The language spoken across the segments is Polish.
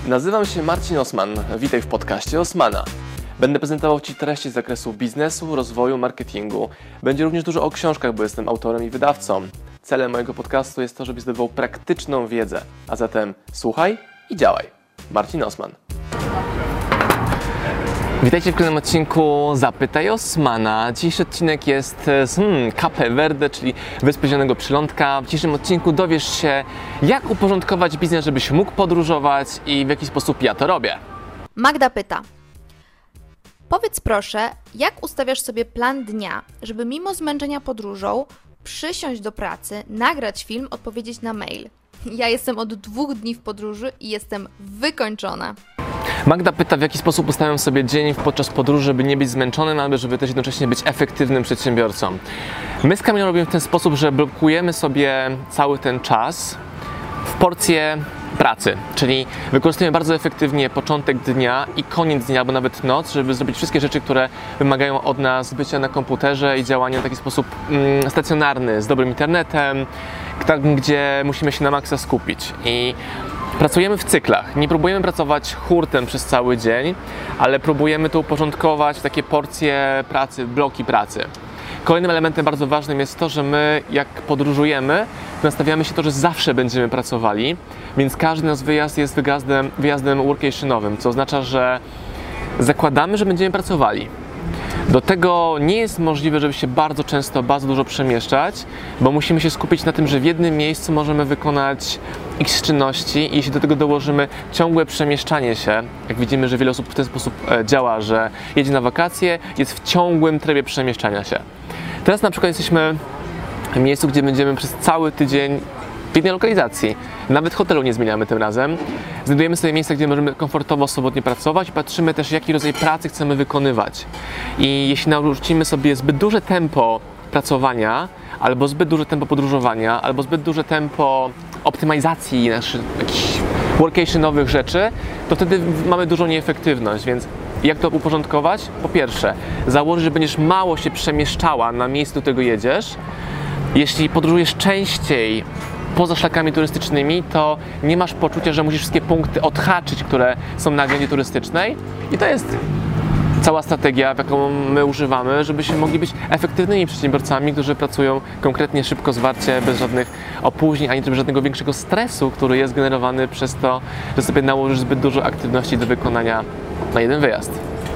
Nazywam się Marcin Osman. Witaj w podcaście Osmana. Będę prezentował Ci treści z zakresu biznesu, rozwoju, marketingu. Będzie również dużo o książkach, bo jestem autorem i wydawcą. Celem mojego podcastu jest to, żebyś zdobywał praktyczną wiedzę. A zatem słuchaj i działaj. Marcin Osman. Witajcie w kolejnym odcinku Zapytaj Osmana. Dzisiejszy odcinek jest z Cape Verde, czyli Wyspy Zielonego Przylądka. W dzisiejszym odcinku dowiesz się, jak uporządkować biznes, żebyś mógł podróżować i w jaki sposób ja to robię. Magda pyta: powiedz proszę, jak ustawiasz sobie plan dnia, żeby mimo zmęczenia podróżą przysiąść do pracy, nagrać film, odpowiedzieć na mail? Ja jestem od 2 dni w podróży i jestem wykończona. Magda pyta, w jaki sposób ustawiam sobie dzień podczas podróży, żeby nie być zmęczonym, ale żeby też jednocześnie być efektywnym przedsiębiorcą. My z Kamilą robimy w ten sposób, że blokujemy sobie cały ten czas w porcje pracy, czyli wykorzystujemy bardzo efektywnie początek dnia i koniec dnia, albo nawet noc, żeby zrobić wszystkie rzeczy, które wymagają od nas bycia na komputerze i działania w taki sposób stacjonarny, z dobrym internetem, gdzie musimy się na maksa skupić. I pracujemy w cyklach. Nie próbujemy pracować hurtem przez cały dzień, ale próbujemy to uporządkować w takie porcje pracy, bloki pracy. Kolejnym elementem bardzo ważnym jest to, że my jak podróżujemy, nastawiamy się to, że zawsze będziemy pracowali, więc każdy nasz wyjazd jest wyjazdem workationowym, co oznacza, że zakładamy, że będziemy pracowali. Do tego nie jest możliwe, żeby się bardzo często, bardzo dużo przemieszczać, bo musimy się skupić na tym, że w jednym miejscu możemy wykonać x czynności i jeśli do tego dołożymy ciągłe przemieszczanie się, jak widzimy, że wiele osób w ten sposób działa, że jedzie na wakacje, jest w ciągłym trybie przemieszczania się. Teraz na przykład jesteśmy w miejscu, gdzie będziemy przez cały tydzień w jednej lokalizacji. Nawet hotelu nie zmieniamy tym razem. Znajdujemy sobie miejsca, gdzie możemy komfortowo, swobodnie pracować i patrzymy też, jaki rodzaj pracy chcemy wykonywać. I jeśli narzucimy sobie zbyt duże tempo pracowania, albo zbyt duże tempo podróżowania, albo zbyt duże tempo optymalizacji naszych jakichś workationowych rzeczy, to wtedy mamy dużą nieefektywność, więc jak to uporządkować? Po pierwsze, założyć, że będziesz mało się przemieszczała na miejscu, do którego jedziesz. Jeśli podróżujesz częściej poza szlakami turystycznymi, to nie masz poczucia, że musisz wszystkie punkty odhaczyć, które są na agendzie turystycznej. I to jest cała strategia, jaką my używamy, żebyśmy mogli być efektywnymi przedsiębiorcami, którzy pracują konkretnie, szybko, zwarcie, bez żadnych opóźnień, ani bez żadnego większego stresu, który jest generowany przez to, że sobie nałożysz zbyt dużo aktywności do wykonania na jeden wyjazd.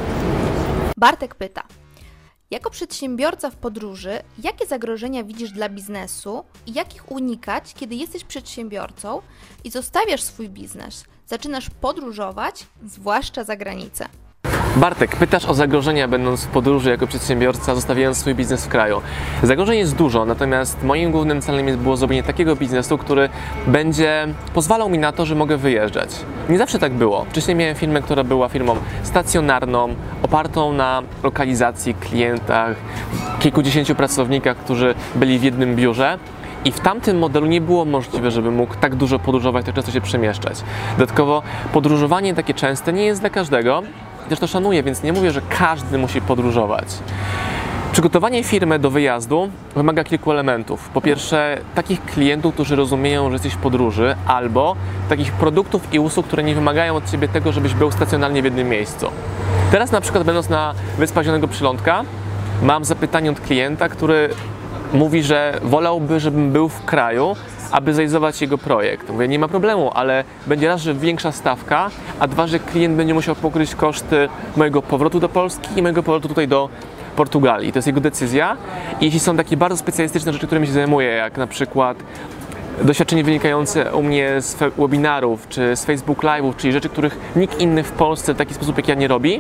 Bartek pyta: jako przedsiębiorca w podróży, jakie zagrożenia widzisz dla biznesu i jak ich unikać, kiedy jesteś przedsiębiorcą i zostawiasz swój biznes, zaczynasz podróżować, zwłaszcza za granicę? Bartek, pytasz o zagrożenia będąc w podróży jako przedsiębiorca, zostawiając swój biznes w kraju. Zagrożeń jest dużo, natomiast moim głównym celem było zrobienie takiego biznesu, który będzie pozwalał mi na to, że mogę wyjeżdżać. Nie zawsze tak było. Wcześniej miałem firmę, która była firmą stacjonarną, opartą na lokalizacji, klientach, kilkudziesięciu pracownikach, którzy byli w jednym biurze. I w tamtym modelu nie było możliwe, żeby mógł tak dużo podróżować, tak często się przemieszczać. Dodatkowo podróżowanie takie częste nie jest dla każdego. Też to szanuję, więc nie mówię, że każdy musi podróżować. Przygotowanie firmy do wyjazdu wymaga kilku elementów. Po pierwsze, takich klientów, którzy rozumieją, że jesteś w podróży, albo takich produktów i usług, które nie wymagają od Ciebie tego, żebyś był stacjonarnie w jednym miejscu. Teraz na przykład, będąc na Wyspach Zielonego Przylądka, mam zapytanie od klienta, który mówi, że wolałby, żebym był w kraju, aby zrealizować jego projekt. Mówię, nie ma problemu, ale będzie raz, że większa stawka, a dwa, że klient będzie musiał pokryć koszty mojego powrotu do Polski i mojego powrotu tutaj do Portugalii. To jest jego decyzja. I jeśli są takie bardzo specjalistyczne rzeczy, którymi się zajmuję, jak na przykład doświadczenie wynikające u mnie z webinarów czy z Facebook Live'ów, czyli rzeczy, których nikt inny w Polsce w taki sposób jak ja nie robi,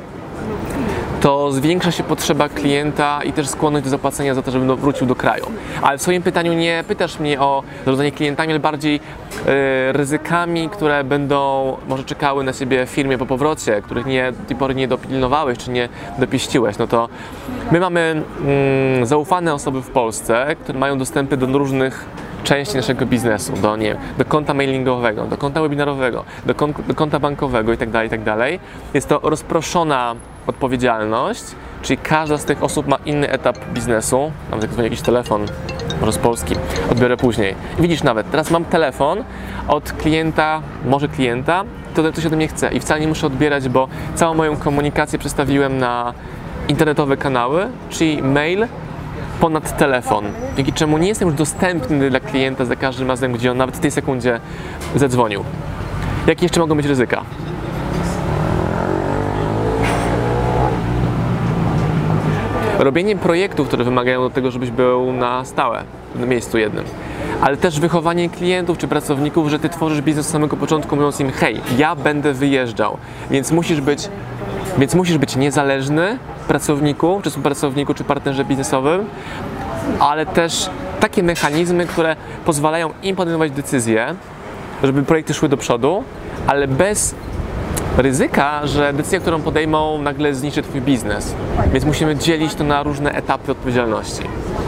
to zwiększa się potrzeba klienta i też skłonność do zapłacenia za to, żebym wrócił do kraju. Ale w swoim pytaniu nie pytasz mnie o zarządzanie klientami, ale bardziej ryzykami, które będą może czekały na Ciebie w firmie po powrocie, których do tej pory nie dopilnowałeś czy nie dopieściłeś. No to my mamy zaufane osoby w Polsce, które mają dostępy do różnych części naszego biznesu, do konta mailingowego, do konta webinarowego, do konta bankowego itd., itd. Jest to rozproszona odpowiedzialność, czyli każda z tych osób ma inny etap biznesu. Mam tak zwany jakiś telefon, może z Polski, odbiorę później. I widzisz nawet, teraz mam telefon od klienta, może klienta, to ktoś ode mnie chce i wcale nie muszę odbierać, bo całą moją komunikację przestawiłem na internetowe kanały, czyli mail ponad telefon, dzięki czemu nie jestem już dostępny dla klienta za każdym razem, gdzie on nawet w tej sekundzie zadzwonił. Jakie jeszcze mogą być ryzyka? Robienie projektów, które wymagają do tego, żebyś był na stałe w miejscu jednym. Ale też wychowanie klientów czy pracowników, że ty tworzysz biznes od samego początku, mówiąc im: hej, ja będę wyjeżdżał, więc musisz być niezależny pracowniku, czy współpracowniku, czy partnerze biznesowym, ale też takie mechanizmy, które pozwalają im podejmować decyzje, żeby projekty szły do przodu, ale bez ryzyka, że decyzja, którą podejmą, nagle zniszczy twój biznes. Więc musimy dzielić to na różne etapy odpowiedzialności.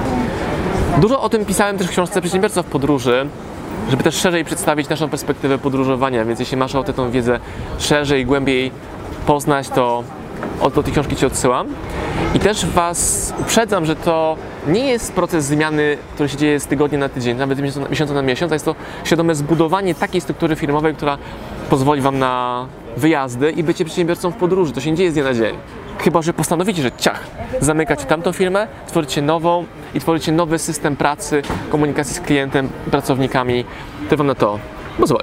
Dużo o tym pisałem też w książce Przedsiębiorca w podróży, żeby też szerzej przedstawić naszą perspektywę podróżowania, więc jeśli masz ochotę tą wiedzę szerzej, głębiej poznać, to do tej książki Cię odsyłam. I też Was uprzedzam, że to nie jest proces zmiany, który się dzieje z tygodnia na tydzień, nawet z miesiąca na miesiąc, a jest to świadome zbudowanie takiej struktury firmowej, która pozwoli Wam na wyjazdy i bycie przedsiębiorcą w podróży. To się nie dzieje z dnia na dzień. Chyba że postanowicie, że zamykacie tamtą firmę, tworzycie nową i tworzycie nowy system pracy, komunikacji z klientem, pracownikami, to Wam na to pozwoli.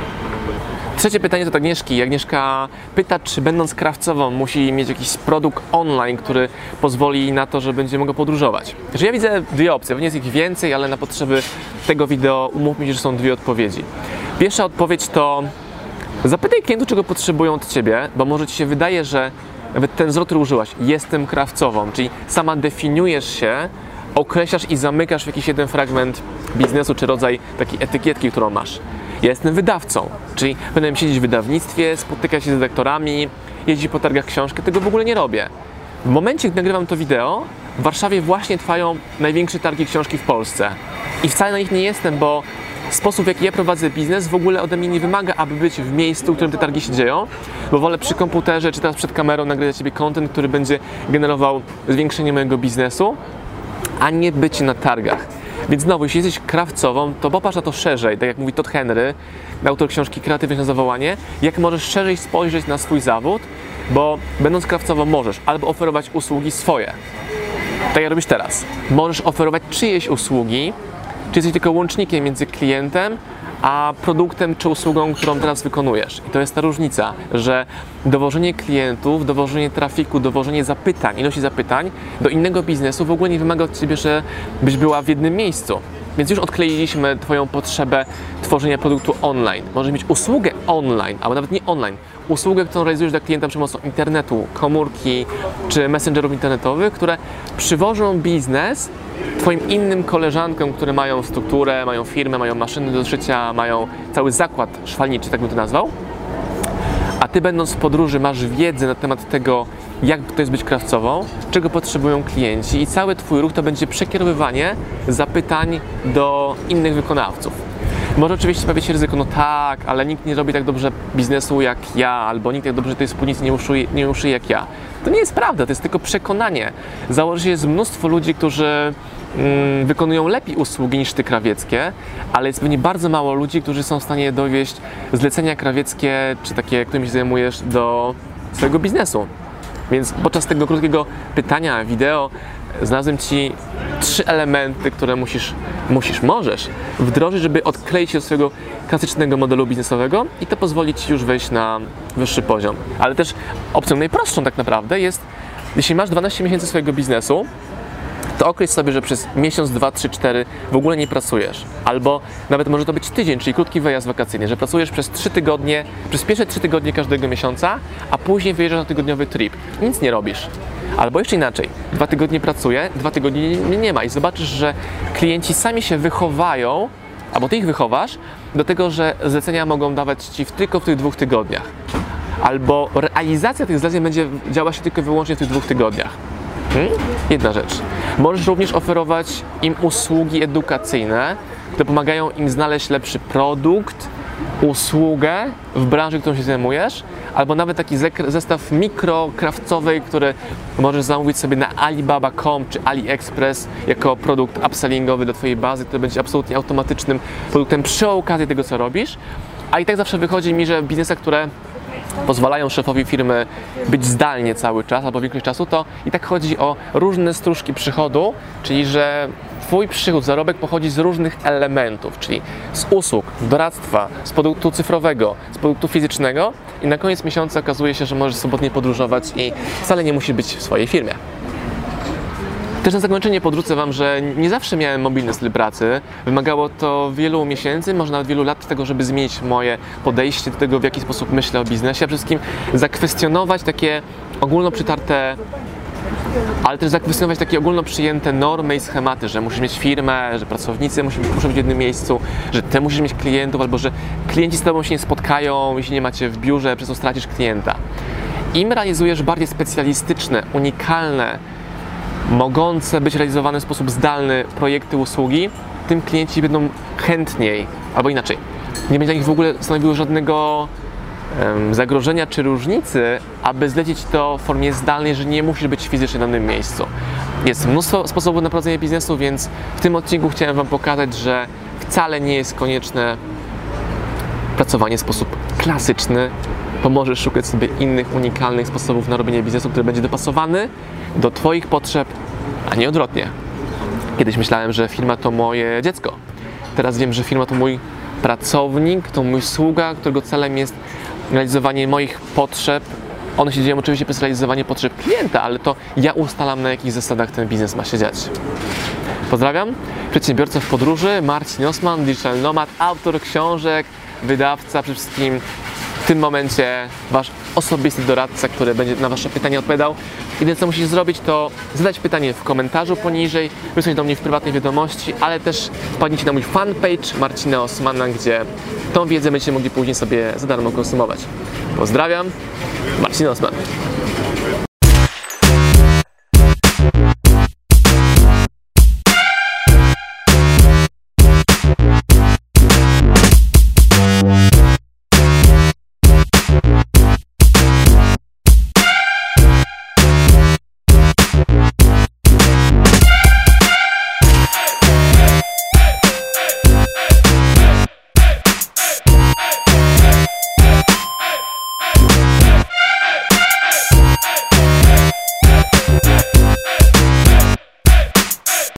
Trzecie pytanie to od Agnieszki. Agnieszka pyta, czy będąc krawcową musi mieć jakiś produkt online, który pozwoli na to, że będzie mogła podróżować. Że ja widzę dwie opcje, pewnie jest ich więcej, ale na potrzeby tego wideo umówmy się, że są dwie odpowiedzi. Pierwsza odpowiedź to: zapytaj klientów, czego potrzebują od Ciebie, bo może Ci się wydaje, że nawet ten zwrot, który użyłaś, jestem krawcową, czyli sama definiujesz się, określasz i zamykasz w jakiś jeden fragment biznesu, czy rodzaj takiej etykietki, którą masz. Ja jestem wydawcą, czyli będę siedzieć w wydawnictwie, spotykać się z redaktorami, jeździć po targach książki, tego w ogóle nie robię. W momencie, gdy nagrywam to wideo, w Warszawie właśnie trwają największe targi książki w Polsce. I wcale na nich nie jestem, bo sposób, w jaki ja prowadzę biznes, w ogóle ode mnie nie wymaga, aby być w miejscu, w którym te targi się dzieją, bo wolę przy komputerze czy teraz przed kamerą nagrać dla Ciebie content, który będzie generował zwiększenie mojego biznesu, a nie być na targach. Więc znowu, jeśli jesteś krawcową, to popatrz na to szerzej, tak jak mówi Todd Henry, autor książki Kreatywność na zawołanie, jak możesz szerzej spojrzeć na swój zawód, bo będąc krawcową możesz albo oferować usługi swoje, tak jak robisz teraz. Możesz oferować czyjeś usługi, czy jesteś tylko łącznikiem między klientem a produktem czy usługą, którą teraz wykonujesz. I to jest ta różnica, że dowożenie klientów, dowożenie trafiku, dowożenie zapytań, ilości zapytań do innego biznesu w ogóle nie wymaga od Ciebie, żebyś była w jednym miejscu. Więc już odkleiliśmy Twoją potrzebę tworzenia produktu online. Możesz mieć usługę online, albo nawet nie online, usługę, którą realizujesz dla klienta przy pomocy internetu, komórki czy messengerów internetowych, które przywożą biznes Twoim innym koleżankom, które mają strukturę, mają firmę, mają maszyny do szycia, mają cały zakład szwalniczy, tak bym to nazwał. A Ty, będąc w podróży, masz wiedzę na temat tego, jak to jest być krawcową, czego potrzebują klienci i cały Twój ruch to będzie przekierowywanie zapytań do innych wykonawców. Może oczywiście pojawić się ryzyko, no tak, ale nikt nie robi tak dobrze biznesu jak ja, albo nikt tak dobrze tej spódnicy nie uszyje jak ja. To nie jest prawda, to jest tylko przekonanie. Założy się, jest mnóstwo ludzi, którzy wykonują lepiej usługi niż Ty krawieckie, ale jest pewnie bardzo mało ludzi, którzy są w stanie dowieść zlecenia krawieckie, czy takie, którymi się zajmujesz, do swojego biznesu. Więc podczas tego krótkiego pytania, wideo, znalazłem Ci 3 elementy, które możesz wdrożyć, żeby odkleić się do swojego klasycznego modelu biznesowego i to pozwoli Ci już wejść na wyższy poziom. Ale też opcją najprostszą tak naprawdę jest, jeśli masz 12 miesięcy swojego biznesu, to określ sobie, że przez miesiąc, 2, 3, 4 w ogóle nie pracujesz. Albo nawet może to być tydzień, czyli krótki wyjazd wakacyjny, że pracujesz przez 3 tygodnie, przez pierwsze 3 tygodnie każdego miesiąca, a później wyjeżdżasz na tygodniowy trip. Nic nie robisz. Albo jeszcze inaczej, 2 tygodnie pracuję, 2 tygodnie nie ma i zobaczysz, że klienci sami się wychowają, albo Ty ich wychowasz, do tego, że zlecenia mogą dawać Ci tylko w tych 2 tygodniach. Albo realizacja tych zleceń będzie działa się tylko i wyłącznie w tych 2 tygodniach. Jedna rzecz. Możesz również oferować im usługi edukacyjne, które pomagają im znaleźć lepszy produkt, usługę w branży, którą się zajmujesz, albo nawet taki zestaw mikrokrawcowej, który możesz zamówić sobie na Alibaba.com czy AliExpress jako produkt upsellingowy do Twojej bazy, który będzie absolutnie automatycznym produktem przy okazji tego, co robisz. A i tak zawsze wychodzi mi, że w biznesach, które pozwalają szefowi firmy być zdalnie cały czas albo większość czasu, to i tak chodzi o różne stróżki przychodu, czyli że Twój przychód, zarobek pochodzi z różnych elementów, czyli z usług, doradztwa, z produktu cyfrowego, z produktu fizycznego i na koniec miesiąca okazuje się, że możesz swobodnie podróżować i wcale nie musi być w swojej firmie. Też na zakończenie podrzucę Wam, że nie zawsze miałem mobilny styl pracy. Wymagało to wielu miesięcy, może nawet wielu lat tego, żeby zmienić moje podejście do tego, w jaki sposób myślę o biznesie, a przede wszystkim zakwestionować takie ogólno przytarte, ale też zakwestionować takie ogólno przyjęte normy i schematy, że musisz mieć firmę, że pracownicy muszą być w jednym miejscu, że Ty musisz mieć klientów, albo że klienci z Tobą się nie spotkają, jeśli nie macie w biurze, przez to stracisz klienta. Im realizujesz bardziej specjalistyczne, unikalne, mogące być realizowane w sposób zdalny projekty, usługi, tym klienci będą chętniej, albo inaczej, nie będzie dla nich w ogóle stanowiło żadnego zagrożenia czy różnicy, aby zlecić to w formie zdalnej, że nie musisz być fizycznie w danym miejscu. Jest mnóstwo sposobów na prowadzenie biznesu, więc w tym odcinku chciałem Wam pokazać, że wcale nie jest konieczne pracowanie w sposób klasyczny. Pomożesz szukać sobie innych, unikalnych sposobów na robienie biznesu, który będzie dopasowany do Twoich potrzeb, a nie odwrotnie. Kiedyś myślałem, że firma to moje dziecko. Teraz wiem, że firma to mój pracownik, to mój sługa, którego celem jest realizowanie moich potrzeb. One się dzieją oczywiście przez realizowanie potrzeb klienta, ale to ja ustalam, na jakich zasadach ten biznes ma się dziać. Pozdrawiam. Przedsiębiorca w podróży, Marcin Osman, digital nomad, autor książek, wydawca, przede wszystkim w tym momencie Wasz osobisty doradca, który będzie na Wasze pytania odpowiadał. Jedyne co musisz zrobić, to zadać pytanie w komentarzu poniżej, wysłać do mnie w prywatnej wiadomości, ale też wpadnijcie na mój fanpage Marcina Osmana, gdzie tą wiedzę będziecie mogli później sobie za darmo konsumować. Pozdrawiam, Marcin Osman.